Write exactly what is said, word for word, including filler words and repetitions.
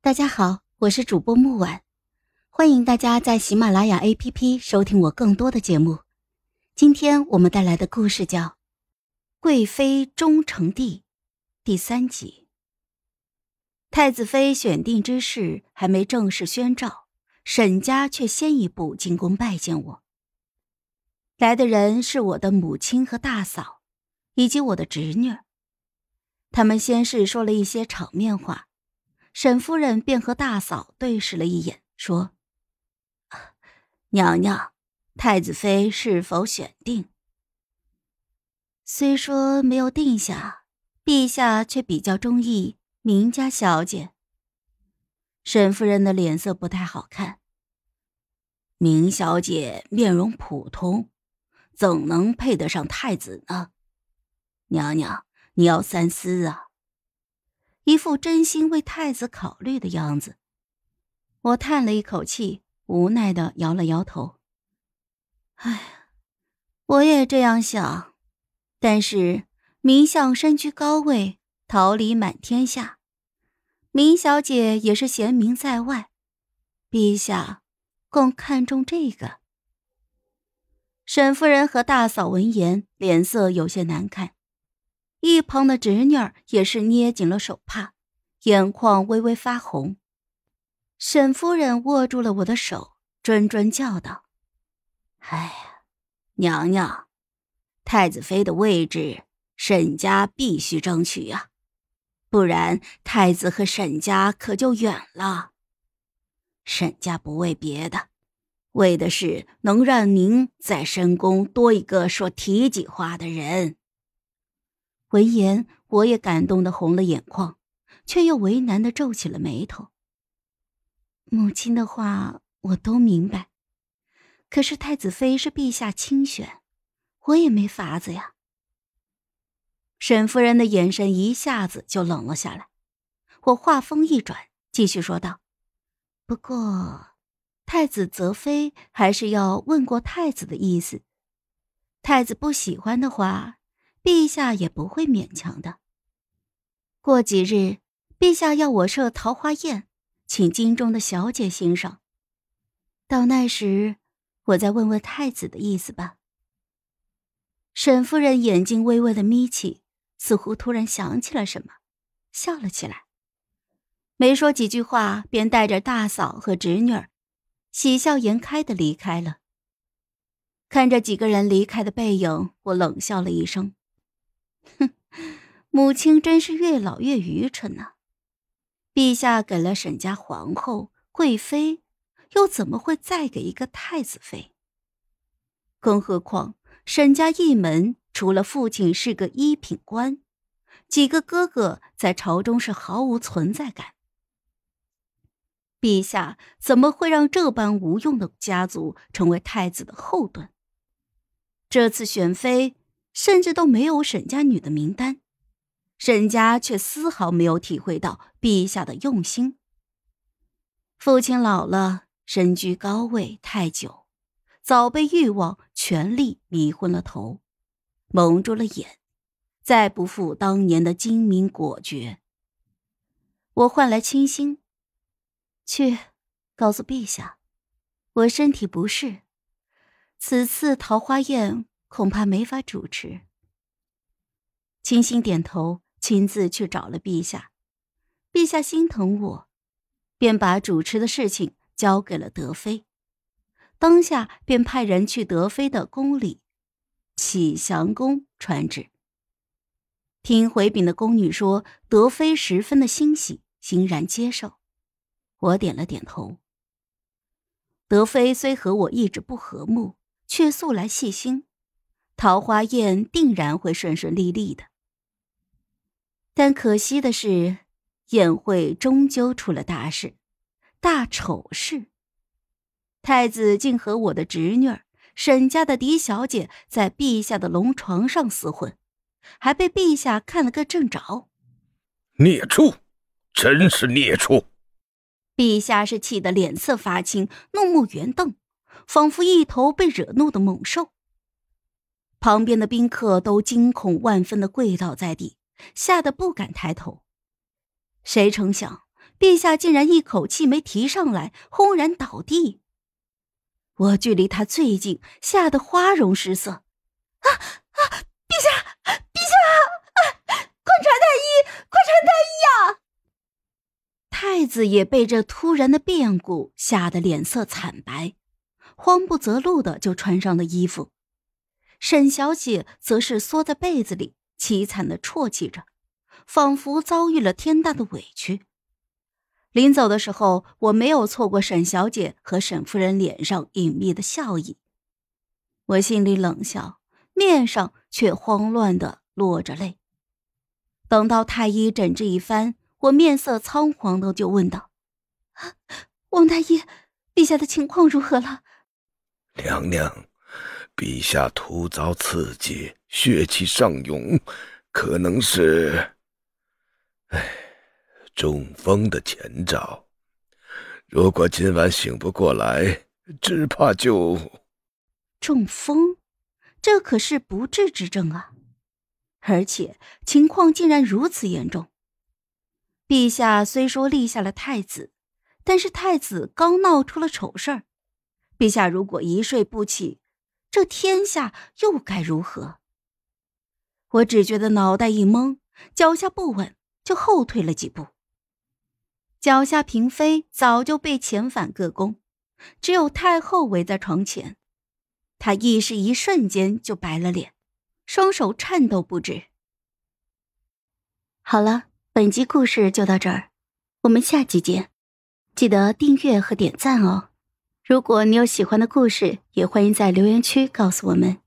大家好，我是主播木婉，欢迎大家在喜马拉雅 A P P 收听我更多的节目。今天我们带来的故事叫《贵妃终成帝》第三集。太子妃选定之事还没正式宣召，沈家却先一步进宫拜见我。来的人是我的母亲和大嫂，以及我的侄女。他们先是说了一些场面话，沈夫人便和大嫂对视了一眼，说：娘娘，太子妃是否选定？虽说没有定下，陛下却比较中意明家小姐。沈夫人的脸色不太好看。明小姐面容普通，怎能配得上太子呢？娘娘，你要三思啊。一副真心为太子考虑的样子。我叹了一口气，无奈地摇了摇头。唉，我也这样想，但是明相身居高位，桃李满天下，明小姐也是贤明在外，陛下更看重这个。沈夫人和大嫂闻言，脸色有些难看。一旁的侄女儿也是捏紧了手帕，眼眶微微发红。沈夫人握住了我的手，谆谆叫道：哎呀，娘娘，太子妃的位置沈家必须争取啊，不然太子和沈家可就远了。沈家不为别的，为的是能让您在深宫多一个说体己话的人。闻言，我也感动得红了眼眶，却又为难地皱起了眉头。母亲的话我都明白，可是太子妃是陛下亲选，我也没法子呀。沈夫人的眼神一下子就冷了下来。我话锋一转，继续说道：不过太子择妃还是要问过太子的意思，太子不喜欢的话，陛下也不会勉强的。过几日，陛下要我设桃花宴，请京中的小姐欣赏。到那时，我再问问太子的意思吧。沈夫人眼睛微微的眯起，似乎突然想起了什么，笑了起来。没说几句话，便带着大嫂和侄女儿，喜笑颜开的离开了。看着几个人离开的背影，我冷笑了一声。哼，母亲真是越老越愚蠢啊。陛下给了沈家皇后、贵妃，又怎么会再给一个太子妃？更何况沈家一门除了父亲是个一品官，几个哥哥在朝中是毫无存在感。陛下怎么会让这般无用的家族成为太子的后盾？这次选妃甚至都没有沈家女的名单，沈家却丝毫没有体会到陛下的用心。父亲老了，身居高位太久，早被欲望、权力迷昏了头，蒙住了眼，再不复当年的精明果决。我换来清心，去告诉陛下，我身体不适，此次桃花宴恐怕没法主持。清心点头，亲自去找了陛下。陛下心疼我，便把主持的事情交给了德妃，当下便派人去德妃的宫里启祥宫传旨。听回禀的宫女说，德妃十分的欣喜，欣然接受。我点了点头。德妃虽和我一直不和睦，却素来细心，桃花宴定然会顺顺利利的。但可惜的是，宴会终究出了大事，大丑事。太子竟和我的侄女儿沈家的嫡小姐在陛下的龙床上厮混，还被陛下看了个正着。 孽畜，真是孽畜！ 陛下是气得脸色发青，怒目圆瞪，仿佛一头被惹怒的猛兽。旁边的宾客都惊恐万分地跪倒在地，吓得不敢抬头。谁成想， 陛下竟然一口气没提上来，轰然倒地。我距离他最近，吓得花容失色。啊啊！陛下，陛下！啊！快传太医，快传太医啊！太子也被这突然的变故吓得脸色惨白，慌不择路的就穿上了衣服。沈小姐则是缩在被子里，凄惨的啜泣着，仿佛遭遇了天大的委屈。临走的时候，我没有错过沈小姐和沈夫人脸上隐秘的笑意。我心里冷笑，面上却慌乱地落着泪。等到太医诊治一番，我面色仓皇的就问道：“王太医，陛下的情况如何了？” 娘娘，陛下突遭刺激，血气上涌，可能是……唉。中风的前兆，如果今晚醒不过来，只怕就…… 中风，这可是不治之症啊！而且情况竟然如此严重。陛下虽说立下了太子，但是太子刚闹出了丑事儿，陛下如果一睡不起，这天下又该如何？我只觉得脑袋一懵，脚下不稳，就后退了几步。脚下嫔妃早就被遣返各宫，只有太后围在床前。她意识一瞬间就白了脸，双手颤抖不止。好了，本集故事就到这儿，我们下集见，记得订阅和点赞哦。如果你有喜欢的故事，也欢迎在留言区告诉我们。